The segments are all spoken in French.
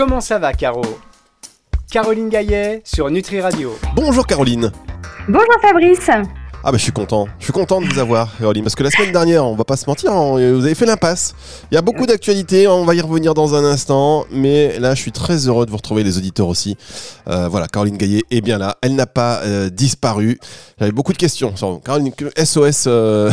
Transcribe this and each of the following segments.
Comment ça va, Caro? Caroline Gaillet sur Nutri Radio. Bonjour Caroline. Bonjour Fabrice. Ah bah je suis content de vous avoir Caroline, parce que la semaine dernière, on va pas se mentir, vous avez fait l'impasse. Il y a beaucoup d'actualités, on va y revenir dans un instant, mais là je suis très heureux de vous retrouver, les auditeurs aussi. Voilà, Caroline Gaillet est bien là, elle n'a pas disparu. J'avais beaucoup de questions. Caroline, SOS,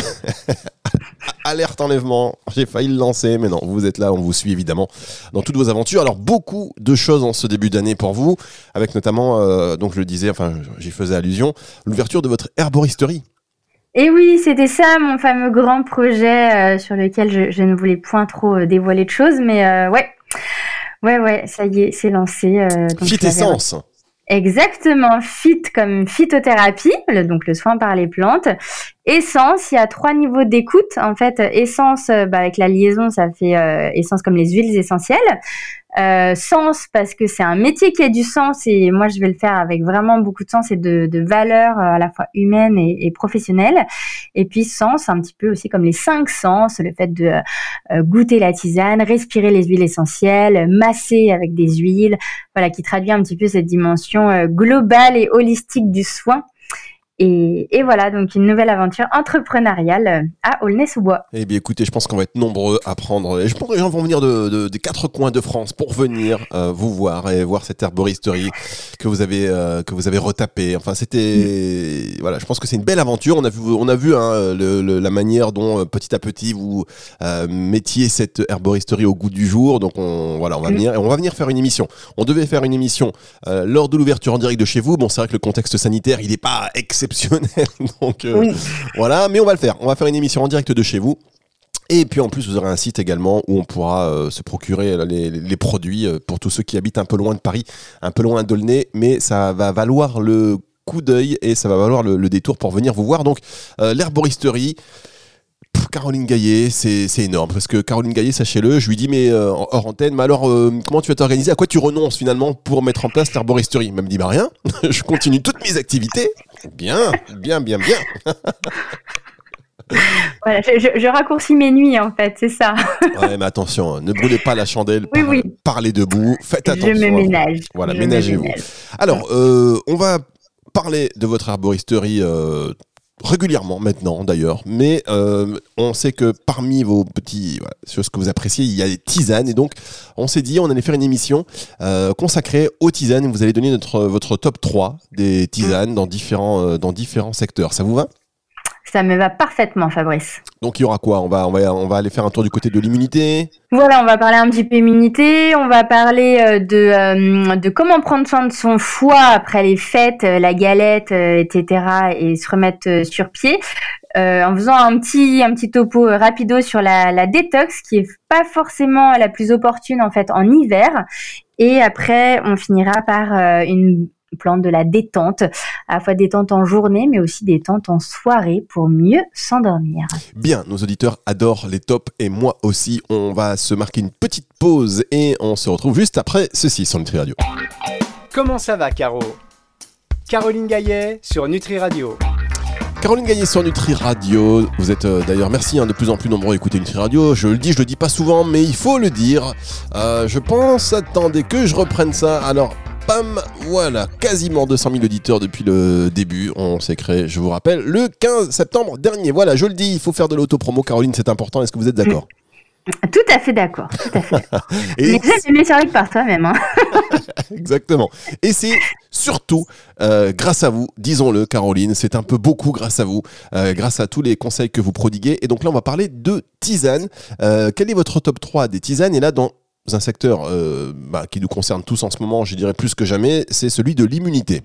alerte enlèvement, j'ai failli le lancer, mais non, vous êtes là, on vous suit évidemment dans toutes vos aventures. Alors beaucoup de choses en ce début d'année pour vous, avec notamment, donc je le disais, enfin j'y faisais allusion, l'ouverture de votre herboristerie. Et oui, c'était ça mon fameux grand projet sur lequel je ne voulais point trop dévoiler de choses, mais ouais, ça y est, c'est lancé. Fit Essence. Exactement, fit comme phytothérapie, donc le soin par les plantes. Essence, il y a 3 niveaux d'écoute. En fait, essence, avec la liaison, ça fait essence comme les huiles essentielles. Sens, parce que c'est un métier qui a du sens et moi, je vais le faire avec vraiment beaucoup de sens et de valeur à la fois humaine et professionnelle. Et puis, sens, un petit peu aussi comme les 5 sens, le fait de goûter la tisane, respirer les huiles essentielles, masser avec des huiles, voilà, qui traduit un petit peu cette dimension globale et holistique du soin. Et voilà, donc une nouvelle aventure entrepreneuriale à Aulnay-sous-Bois. Eh bien écoutez, je pense qu'on va être nombreux à prendre, et je pense que les gens vont venir des 4 coins de France pour venir vous voir et voir cette herboristerie que vous avez retapée. Enfin c'était, voilà, je pense que c'est une belle aventure. On a vu la manière dont petit à petit vous mettiez cette herboristerie au goût du jour. Donc on va venir faire une émission. On devait faire une émission lors de l'ouverture en direct de chez vous. Bon, c'est vrai que le contexte sanitaire, il n'est pas exceptionnel, donc oui. Voilà, mais on va le faire. On va faire une émission en direct de chez vous. Et puis en plus, vous aurez un site également où on pourra se procurer les produits pour tous ceux qui habitent un peu loin de Paris, un peu loin d'Aulnay, mais ça va valoir le coup d'œil et ça va valoir le détour pour venir vous voir. Donc l'herboristerie, Caroline Gaillet, c'est énorme, parce que Caroline Gaillet, sachez-le, je lui dis mais hors antenne, mais alors comment tu vas t'organiser, à quoi tu renonces finalement pour mettre en place l'herboristerie? Elle me dit bah rien, je continue toutes mes activités. Bien. Voilà, je raccourcis mes nuits en fait, c'est ça. Ouais, mais attention, ne brûlez pas la chandelle, Oui. Parlez debout, faites attention. Je me ménage. Voilà, ménagez-vous. Alors, on va parler de votre herboristerie régulièrement maintenant d'ailleurs, mais on sait que parmi vos petits choses que vous appréciez, il y a des tisanes, et donc on s'est dit on allait faire une émission consacrée aux tisanes. Vous allez donner votre top 3 des tisanes dans différents secteurs. Ça vous va? Ça me va parfaitement, Fabrice. Donc il y aura quoi? On va aller faire un tour du côté de l'immunité. Voilà, on va parler un petit peu immunité, on va parler de comment prendre soin de son foie après les fêtes, la galette, etc. et se remettre sur pied. En faisant un petit topo rapido sur la détox, qui est pas forcément la plus opportune en fait en hiver. Et après, on finira par une plante de la détente, à la fois détente en journée, mais aussi détente en soirée pour mieux s'endormir. Bien, nos auditeurs adorent les tops et moi aussi. On va se marquer une petite pause et on se retrouve juste après ceci sur Nutri Radio. Comment ça va, Caro? Caroline Gaillet sur Nutri Radio. Caroline Gaillet sur Nutri Radio. Vous êtes d'ailleurs, merci, de plus en plus nombreux à écouter Nutri Radio. Je le dis pas souvent, mais il faut le dire. Je pense, attendez que je reprenne ça. Alors, bam, voilà, quasiment 200 000 auditeurs depuis le début. On s'est créé, je vous rappelle, le 15 septembre dernier. Voilà, je le dis, il faut faire de l'autopromo. Caroline, c'est important. Est-ce que vous êtes d'accord? Tout à fait d'accord, tout à fait. Mais tu mets sur avec par toi-même. Hein. Exactement. Et c'est surtout grâce à vous, disons-le, Caroline, c'est un peu beaucoup grâce à vous, grâce à tous les conseils que vous prodiguez. Et donc là, on va parler de tisanes. Quel est votre top 3 des tisanes? Et là, dans un secteur qui nous concerne tous en ce moment, je dirais plus que jamais, c'est celui de l'immunité.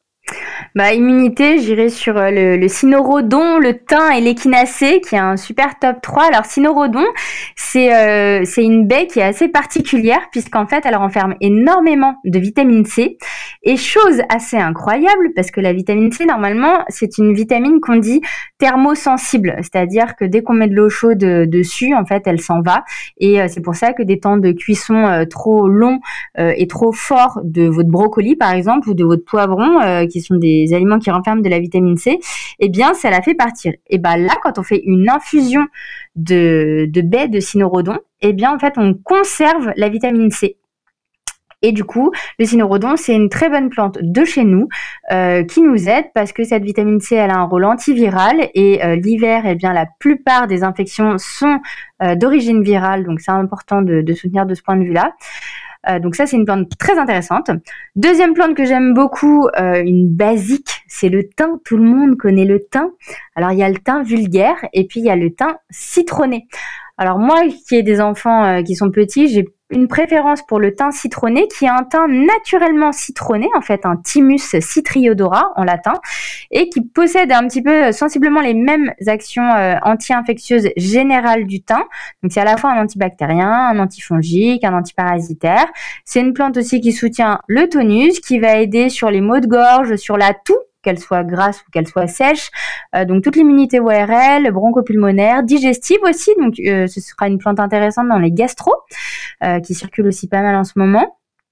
Immunité, j'irai sur le cynorrhodon, le thym et l'échinacée, qui est un super top 3. Alors, cynorrhodon, c'est une baie qui est assez particulière, puisqu'en fait, elle renferme énormément de vitamine C. Et chose assez incroyable, parce que la vitamine C, normalement, c'est une vitamine qu'on dit thermosensible. C'est-à-dire que dès qu'on met de l'eau chaude dessus, en fait, elle s'en va. Et c'est pour ça que des temps de cuisson trop longs et trop forts de votre brocoli, par exemple, ou de votre poivron, qui sont des aliments qui renferment de la vitamine C, eh bien, ça la fait partir. Et là, quand on fait une infusion de baies de cynorrhodon, eh bien, en fait, on conserve la vitamine C. Et du coup, le cynorrhodon, c'est une très bonne plante de chez nous qui nous aide parce que cette vitamine C, elle a un rôle antiviral et l'hiver, eh bien, la plupart des infections sont d'origine virale, donc c'est important de soutenir de ce point de vue-là. Donc ça, c'est une plante très intéressante. Deuxième plante que j'aime beaucoup, une basique, c'est le thym. Tout le monde connaît le thym. Alors, il y a le thym vulgaire et puis il y a le thym citronné. Alors moi, qui ai des enfants qui sont petits, j'ai une préférence pour le thym citronné, qui est un thym naturellement citronné, en fait, un Thymus citriodora en latin, et qui possède un petit peu sensiblement les mêmes actions anti-infectieuses générales du thym. Donc c'est à la fois un antibactérien, un antifongique, un antiparasitaire. C'est une plante aussi qui soutient le tonus, qui va aider sur les maux de gorge, sur la toux, qu'elle soit grasse ou qu'elle soit sèche, donc toute l'immunité ORL, bronchopulmonaire, digestive aussi, donc ce sera une plante intéressante dans les gastro, qui circulent aussi pas mal en ce moment.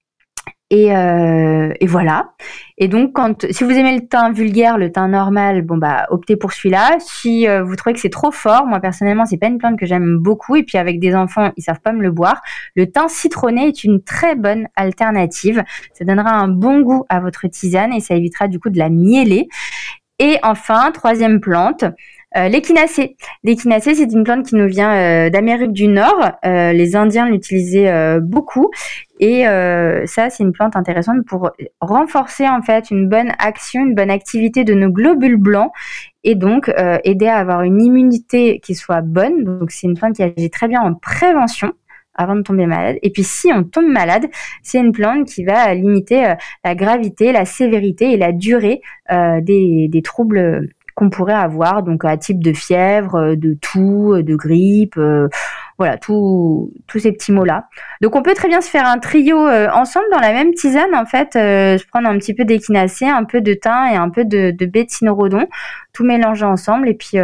Et voilà. Et donc, si vous aimez le thym vulgaire, le thym normal, bon bah optez pour celui-là. Si vous trouvez que c'est trop fort, moi personnellement, c'est pas une plante que j'aime beaucoup. Et puis avec des enfants, ils savent pas me le boire. Le thym citronné est une très bonne alternative. Ça donnera un bon goût à votre tisane et ça évitera du coup de la mieler. Et enfin, troisième plante, l'échinacée. L'échinacée, c'est une plante qui nous vient d'Amérique du Nord. Les Indiens l'utilisaient beaucoup. Et ça, c'est une plante intéressante pour renforcer en fait une bonne action, une bonne activité de nos globules blancs et donc aider à avoir une immunité qui soit bonne. Donc, c'est une plante qui agit très bien en prévention avant de tomber malade. Et puis, si on tombe malade, c'est une plante qui va limiter la gravité, la sévérité et la durée des troubles qu'on pourrait avoir, donc à type de fièvre, de toux, de grippe, voilà, tous ces petits mots-là. Donc on peut très bien se faire un trio ensemble dans la même tisane, en fait, se prendre un petit peu d'échinacée, un peu de thym et un peu de baie de cynorrhodon, tout mélanger ensemble et puis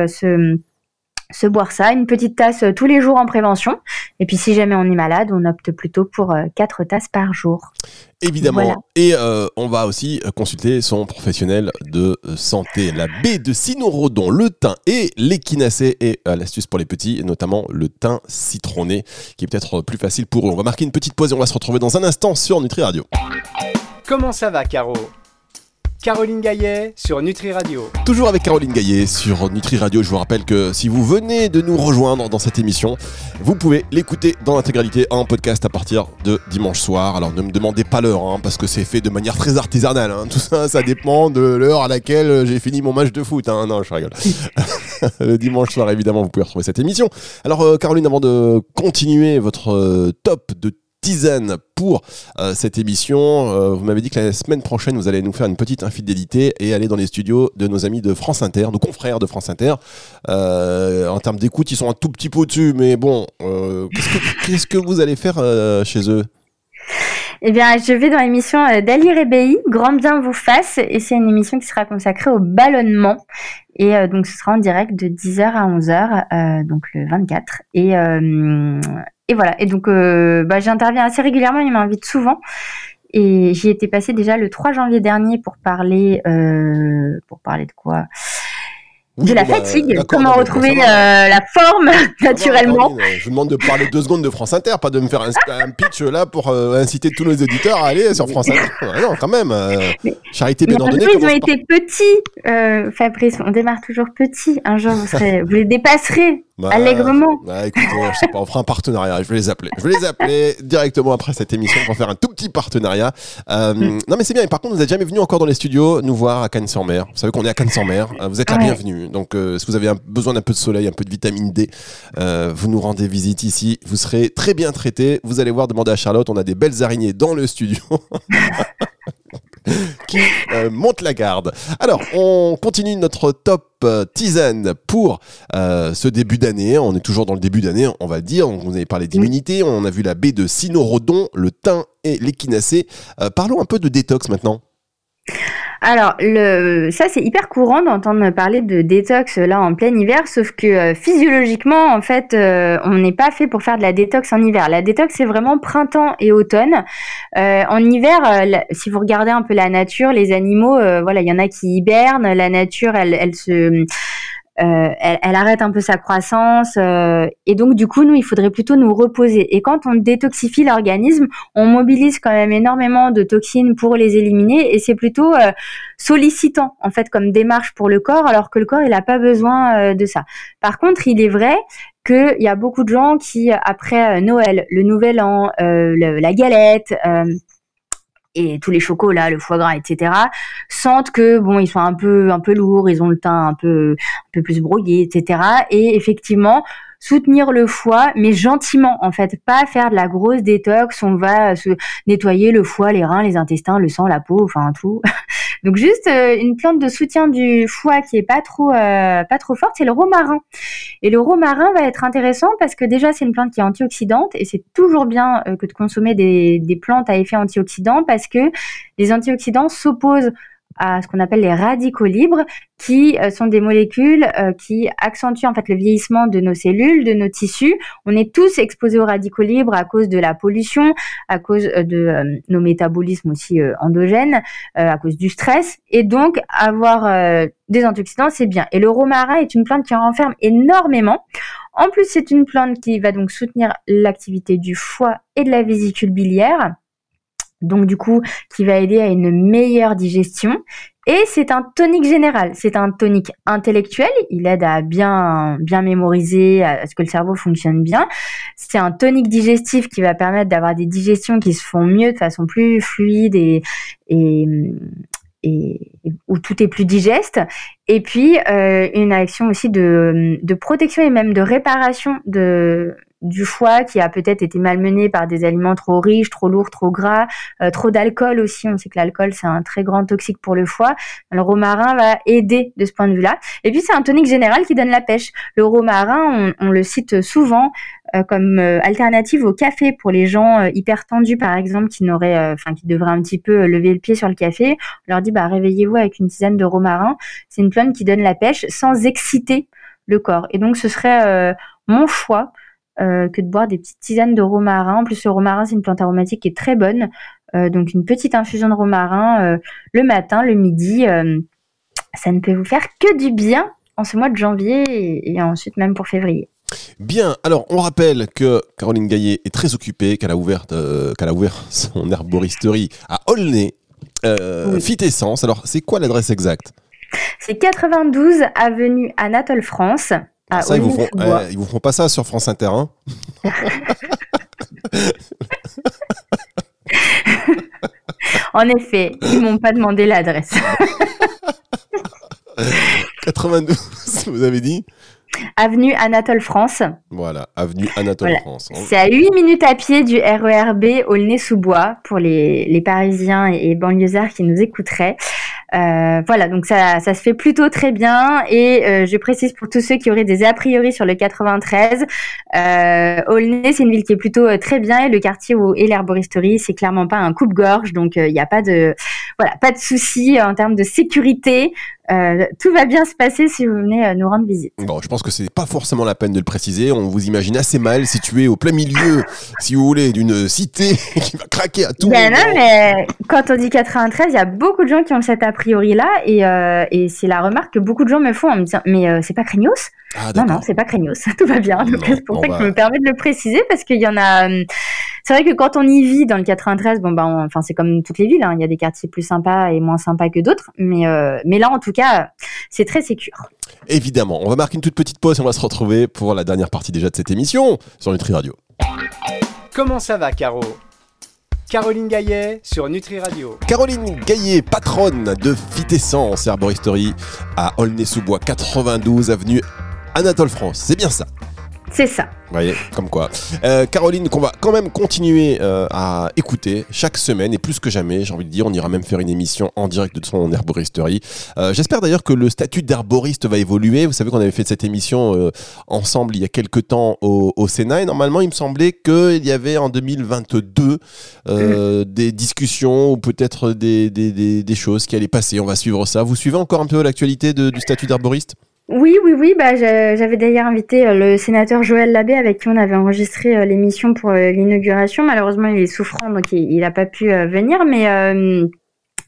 se boire ça, une petite tasse tous les jours en prévention. Et puis si jamais on est malade, on opte plutôt pour 4 tasses par jour. Évidemment. Voilà. Et on va aussi consulter son professionnel de santé. La baie de cynorrhodon, le thym et l'échinacée et l'astuce pour les petits, notamment le thym citronné, qui est peut-être plus facile pour eux. On va marquer une petite pause et on va se retrouver dans un instant sur Nutri Radio. Comment ça va, Caro ? Caroline Gaillet sur Nutri Radio. Toujours avec Caroline Gaillet sur Nutri Radio. Je vous rappelle que si vous venez de nous rejoindre dans cette émission, vous pouvez l'écouter dans l'intégralité en podcast à partir de dimanche soir. Alors ne me demandez pas l'heure, parce que c'est fait de manière très artisanale. Tout ça, ça dépend de l'heure à laquelle j'ai fini mon match de foot. Non, je rigole. Le dimanche soir, évidemment, vous pouvez retrouver cette émission. Alors Caroline, avant de continuer votre top de tisane pour cette émission. Vous m'avez dit que la semaine prochaine, vous allez nous faire une petite infidélité et aller dans les studios de nos amis de France Inter, nos confrères de France Inter. En termes d'écoute, ils sont un tout petit peu au-dessus, mais bon, qu'est-ce que vous allez faire chez eux ? Eh bien, je vais dans l'émission d'Ali Rebéi, Grand bien vous fasse, et c'est une émission qui sera consacrée au ballonnement. Et donc, ce sera en direct de 10h à 11h, donc le 24. Et voilà. Et donc, j'interviens assez régulièrement, ils m'invitent souvent. Et j'y étais passée déjà le 3 janvier dernier pour parler de quoi ? Oui, de la fatigue, comment retrouver la forme naturellement. Je vous demande de parler 2 secondes de France Inter, pas de me faire un pitch là pour inciter tous nos éditeurs à aller sur France Inter. Non, quand même. Charité bien ordonnée. Ils ont été petits, Fabrice. On démarre toujours petit. Un jour, vous les dépasserez allègrement. Écoutez, je sais pas, on fera un partenariat. Je vais les appeler directement après cette émission pour faire un tout petit partenariat. Non, mais c'est bien. Et par contre, vous n'êtes jamais venu encore dans les studios nous voir à Cannes-sur-Mer. Vous savez qu'on est à Cannes-sur-Mer. Vous êtes la bienvenue. Donc, si vous avez besoin d'un peu de soleil, un peu de vitamine D, vous nous rendez visite ici. Vous serez très bien traités. Vous allez voir, demandez à Charlotte. On a des belles araignées dans le studio qui montent la garde. Alors, on continue notre top tisane pour ce début d'année. On est toujours dans le début d'année, on va le dire. Vous avez parlé d'immunité. On a vu la baie de cynorrhodon, le thym et l'échinacée. Parlons un peu de détox maintenant. Alors, ça, c'est hyper courant d'entendre parler de détox là en plein hiver, sauf que physiologiquement, en fait, on n'est pas fait pour faire de la détox en hiver. La détox, c'est vraiment printemps et automne. En hiver, si vous regardez un peu la nature, les animaux, il y en a qui hibernent. La nature, elle elle arrête un peu sa croissance et donc du coup nous il faudrait plutôt nous reposer. Et quand on détoxifie l'organisme, on mobilise quand même énormément de toxines pour les éliminer et c'est plutôt sollicitant en fait comme démarche pour le corps, alors que le corps il n'a pas besoin de ça. Par contre, il est vrai qu'il y a beaucoup de gens qui après Noël, le Nouvel An, la galette et tous les chocos là, le foie gras, etc., sentent que bon, ils sont un peu lourds, ils ont le teint un peu plus brouillé, etc. Et effectivement, soutenir le foie, mais gentiment en fait, pas faire de la grosse détox. On va se nettoyer le foie, les reins, les intestins, le sang, la peau, enfin tout. Donc juste une plante de soutien du foie qui est pas trop forte, c'est le romarin. Et le romarin va être intéressant parce que déjà c'est une plante qui est antioxydante et c'est toujours bien que de consommer des plantes à effet antioxydant parce que les antioxydants s'opposent à ce qu'on appelle les radicaux libres, qui sont des molécules qui accentuent en fait le vieillissement de nos cellules, de nos tissus. On est tous exposés aux radicaux libres à cause de la pollution, à cause de nos métabolismes aussi endogènes, à cause du stress. Et donc, avoir des antioxydants, c'est bien. Et le romarin est une plante qui en renferme énormément. En plus, c'est une plante qui va donc soutenir l'activité du foie et de la vésicule biliaire. Donc du coup, qui va aider à une meilleure digestion. Et c'est un tonique général, c'est un tonique intellectuel, il aide à bien mémoriser, à ce que le cerveau fonctionne bien. C'est un tonique digestif qui va permettre d'avoir des digestions qui se font mieux, de façon plus fluide et où tout est plus digeste. Et puis, une action aussi de protection et même de réparation du foie qui a peut-être été malmené par des aliments trop riches, trop lourds, trop gras, trop d'alcool aussi. On sait que l'alcool, c'est un très grand toxique pour le foie. Le romarin va aider de ce point de vue-là. Et puis, c'est un tonique général qui donne la pêche. Le romarin, on le cite souvent comme alternative au café pour les gens hyper tendus, par exemple, qui devraient un petit peu lever le pied sur le café. On leur dit, réveillez-vous avec une tisane de romarin. C'est une plante qui donne la pêche sans exciter le corps. Et donc, ce serait mon choix que de boire des petites tisanes de romarin. En plus, le romarin, c'est une plante aromatique qui est très bonne. Donc, une petite infusion de romarin le matin, le midi, ça ne peut vous faire que du bien en ce mois de janvier et ensuite même pour février. Bien, alors on rappelle que Caroline Gaillet est très occupée, qu'elle a ouvert son herboristerie à Aulnay, Oui. Phytessence. Alors, c'est quoi l'adresse exacte ? C'est 92 avenue Anatole France. Ça, ils vous font pas ça sur France Inter, hein ? En effet, ils m'ont pas demandé l'adresse. 92, vous avez dit ? Avenue Anatole France. Voilà, avenue Anatole France. C'est à 8 minutes à pied du RER B Aulnay-sous-Bois pour les Parisiens et banlieusards qui nous écouteraient. Voilà, donc ça se fait plutôt très bien et je précise pour tous ceux qui auraient des a priori sur le 93, Aulnay c'est une ville qui est plutôt très bien et le quartier où est l'herboristerie c'est clairement pas un coupe-gorge, donc il n'y a pas de souci en termes de sécurité. Tout va bien se passer si vous venez nous rendre visite. Bon, je pense que c'est pas forcément la peine de le préciser. On vous imagine assez mal situé au plein milieu, si vous voulez, d'une cité qui va craquer à tout moment. Non, mais quand on dit 93, il y a beaucoup de gens qui ont cet a priori-là et c'est la remarque que beaucoup de gens me font en me disant mais c'est pas Craignos ? Non, c'est pas Craignos, tout va bien. Donc c'est pour ça que je me permets de le préciser parce qu'il y en a. C'est vrai que quand on y vit dans le 93, c'est comme toutes les villes, hein, il y a des quartiers plus sympas et moins sympas que d'autres, mais là en tout cas, c'est très sécure. Évidemment, on va marquer une toute petite pause et on va se retrouver pour la dernière partie déjà de cette émission sur Nutri Radio. Comment ça va, Caro ? Caroline Gaillet sur Nutri Radio. Caroline Gaillet, patronne de Phytessence Herboristerie à Aulnay-sous-Bois, 92 avenue Anatole France. C'est bien ça ? C'est ça. Vous voyez, comme quoi. Caroline, qu'on va quand même continuer à écouter chaque semaine, et plus que jamais, j'ai envie de dire, on ira même faire une émission en direct de son herboristerie. J'espère d'ailleurs que le statut d'herboriste va évoluer. Vous savez qu'on avait fait cette émission ensemble il y a quelques temps au Sénat, et normalement, il me semblait qu'il y avait en 2022 des discussions ou peut-être des choses qui allaient passer. On va suivre ça. Vous suivez encore un peu l'actualité du statut d'herboriste ? Oui. J'avais d'ailleurs invité le sénateur Joël Labbé avec qui on avait enregistré l'émission pour l'inauguration. Malheureusement, il est souffrant, donc il n'a pas pu venir.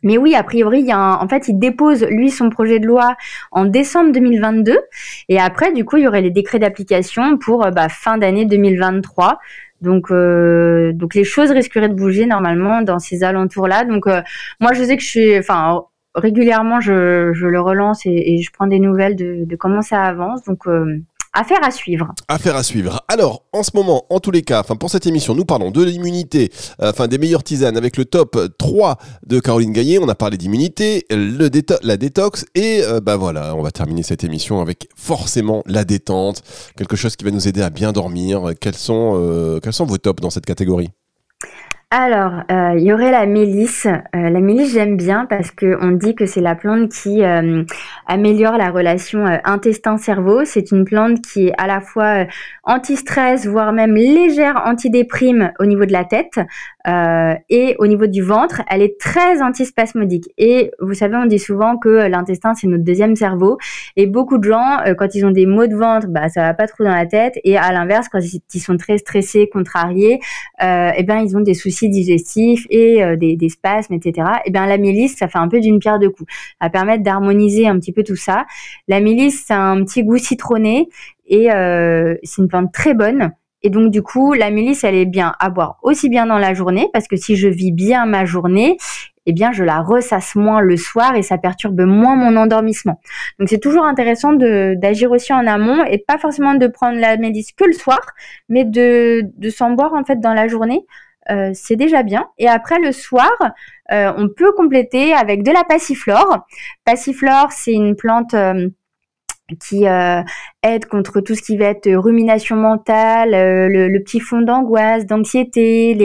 Mais oui, a priori, en fait, il dépose, lui, son projet de loi en décembre 2022. Et après, du coup, il y aurait les décrets d'application pour fin d'année 2023. Donc les choses risqueraient de bouger normalement dans ces alentours-là. Donc, moi, je sais que régulièrement, je le relance et je prends des nouvelles de comment ça avance. Donc, affaire à suivre. Affaire à suivre. Alors, en ce moment, en tous les cas, pour cette émission, nous parlons de l'immunité, des meilleures tisanes avec le top 3 de Caroline Gaillet. On a parlé d'immunité, la détox et on va terminer cette émission avec forcément la détente, quelque chose qui va nous aider à bien dormir. Quels sont vos tops dans cette catégorie ? Alors, il y aurait la mélisse. La mélisse, j'aime bien parce que on dit que c'est la plante qui améliore la relation intestin-cerveau. C'est une plante qui est à la fois anti-stress, voire même légère antidéprime au niveau de la tête et au niveau du ventre. Elle est très antispasmodique. Et vous savez, on dit souvent que l'intestin, c'est notre deuxième cerveau. Et beaucoup de gens, quand ils ont des maux de ventre, ça va pas trop dans la tête. Et à l'inverse, quand ils sont très stressés, contrariés, ils ont des soucis digestifs et des spasmes, etc. La mélisse, ça fait un peu d'une pierre deux coups. Ça va permettre d'harmoniser un petit peu tout ça. La mélisse, ça a un petit goût citronné et c'est une plante très bonne. Et donc, du coup, la mélisse, elle est bien à boire aussi bien dans la journée parce que si je vis bien ma journée, je la ressasse moins le soir et ça perturbe moins mon endormissement. Donc, c'est toujours intéressant d'agir aussi en amont et pas forcément de prendre la mélisse que le soir, mais de s'en boire en fait dans la journée. C'est déjà bien. Et après, le soir, on peut compléter avec de la passiflore. Passiflore, c'est une plante qui aide contre tout ce qui va être rumination mentale, le petit fond d'angoisse, d'anxiété,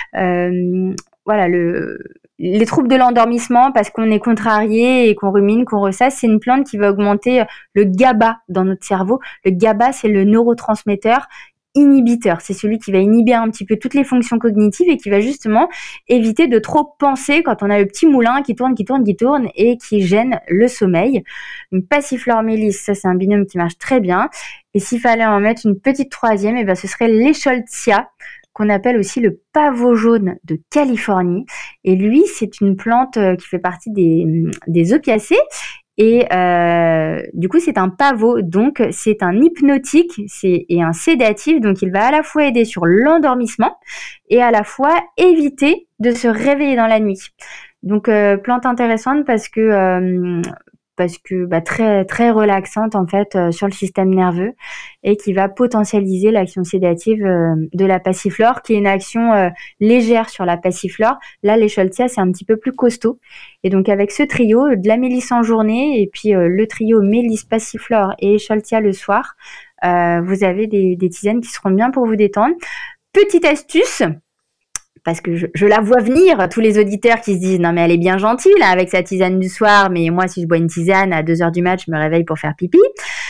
les troubles de l'endormissement parce qu'on est contrarié et qu'on rumine, qu'on ressasse. C'est une plante qui va augmenter le GABA dans notre cerveau. Le GABA, c'est le neurotransmetteur inhibiteur. C'est celui qui va inhiber un petit peu toutes les fonctions cognitives et qui va justement éviter de trop penser quand on a le petit moulin qui tourne et qui gêne le sommeil. Une passiflore mélisse, ça c'est un binôme qui marche très bien. Et s'il fallait en mettre une petite troisième, ce serait l'écholtia, qu'on appelle aussi le pavot jaune de Californie. Et lui, c'est une plante qui fait partie des opiacées. Et du coup, c'est un pavot, donc c'est un hypnotique et un sédatif, donc il va à la fois aider sur l'endormissement et à la fois éviter de se réveiller dans la nuit. Donc plante intéressante parce que très très relaxante en fait sur le système nerveux et qui va potentialiser l'action sédative de la passiflore, qui est une action légère sur la passiflore. Là, l'écholtia, c'est un petit peu plus costaud. Et donc avec ce trio, de la mélisse en journée et puis le trio mélisse, passiflore et écholtia le soir, vous avez des tisanes qui seront bien pour vous détendre. Petite astuce, parce que je la vois venir, tous les auditeurs qui se disent « Non mais elle est bien gentille là avec sa tisane du soir, mais moi si je bois une tisane à 2h du mat, je me réveille pour faire pipi. »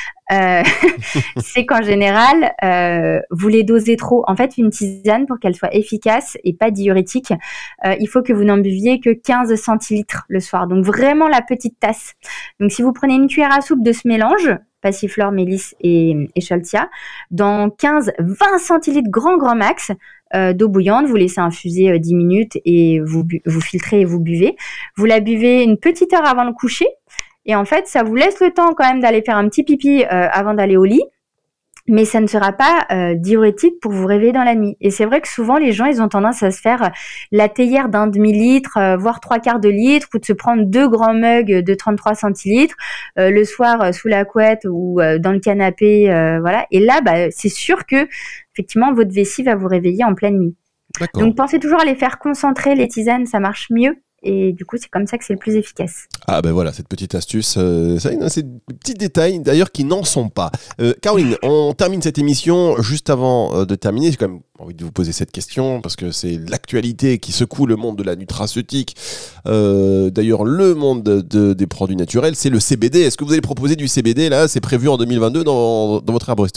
C'est qu'en général, vous les dosez trop. En fait, une tisane, pour qu'elle soit efficace et pas diurétique, il faut que vous n'en buviez que 15 centilitres le soir. Donc vraiment la petite tasse. Donc si vous prenez une cuillère à soupe de ce mélange, passiflore, mélisse et écholtia, dans 15-20 centilitres grand max d'eau bouillante, vous laissez infuser 10 minutes et vous filtrez et vous buvez. Vous la buvez une petite heure avant le coucher. Et en fait, ça vous laisse le temps quand même d'aller faire un petit pipi avant d'aller au lit. Mais ça ne sera pas diurétique pour vous réveiller dans la nuit. Et c'est vrai que souvent, les gens, ils ont tendance à se faire la théière d'un demi-litre, voire 3/4 de litre, ou de se prendre 2 grands mugs de 33 centilitres le soir sous la couette ou dans le canapé. Voilà. Et là, c'est sûr que effectivement, votre vessie va vous réveiller en pleine nuit. D'accord. Donc, pensez toujours à les faire concentrer, les tisanes, ça marche mieux. Et du coup, c'est comme ça que c'est le plus efficace. Ah voilà, cette petite astuce, c'est des petits détails d'ailleurs qui n'en sont pas. Caroline, on termine cette émission. Juste avant de terminer, j'ai quand même envie de vous poser cette question parce que c'est l'actualité qui secoue le monde de la nutraceutique. D'ailleurs, le monde des produits naturels, c'est le CBD. Est-ce que vous allez proposer du CBD là ? C'est prévu en 2022 dans votre herboristerie ?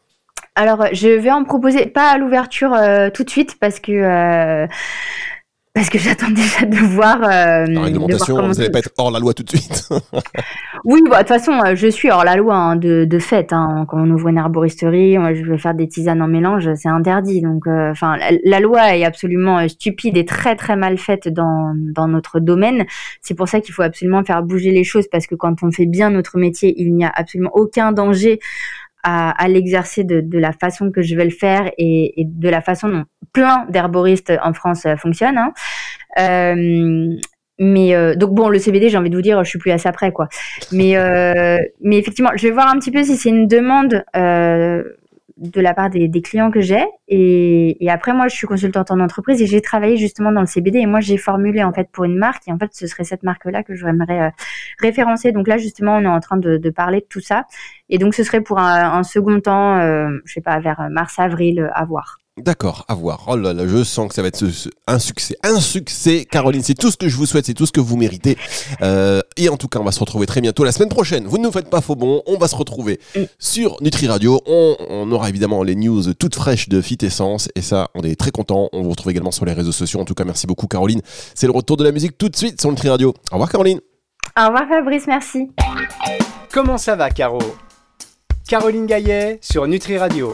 Alors, je vais en proposer, pas à l'ouverture tout de suite parce que Parce que j'attends déjà de voir. La réglementation, vous n'allez pas être hors la loi tout de suite. Oui, de toute façon, je suis hors la loi de fait. Quand on ouvre une herboristerie, moi, je vais faire des tisanes en mélange, c'est interdit. Donc, la loi est absolument stupide et très très mal faite dans notre domaine. C'est pour ça qu'il faut absolument faire bouger les choses, parce que quand on fait bien notre métier, il n'y a absolument aucun danger à l'exercer de la façon que je vais le faire et de la façon dont plein d'herboristes en France fonctionnent. Donc bon, le CBD, j'ai envie de vous dire, je suis plus à ça près, quoi. Mais effectivement, je vais voir un petit peu si c'est une demande de la part des clients que j'ai. Et après, moi, je suis consultante en entreprise et j'ai travaillé justement dans le CBD. Et moi, j'ai formulé en fait pour une marque. Et en fait, ce serait cette marque-là que j'aimerais référencer. Donc là, justement, on est en train de parler de tout ça. Et donc, ce serait pour un second temps, je sais pas, vers mars-avril, à voir. D'accord, à voir. Oh là là, je sens que ça va être un succès. Un succès, Caroline, c'est tout ce que je vous souhaite, c'est tout ce que vous méritez. Et en tout cas, on va se retrouver très bientôt la semaine prochaine. Vous ne nous faites pas faux bon, on va se retrouver sur Nutri Radio. On aura évidemment les news toutes fraîches de Fit Essence. Et ça, on est très contents. On vous retrouve également sur les réseaux sociaux. En tout cas, merci beaucoup, Caroline. C'est le retour de la musique tout de suite sur Nutri Radio. Au revoir, Caroline. Au revoir, Fabrice, merci. Comment ça va, Caro? Caroline Gaillet sur Nutri Radio.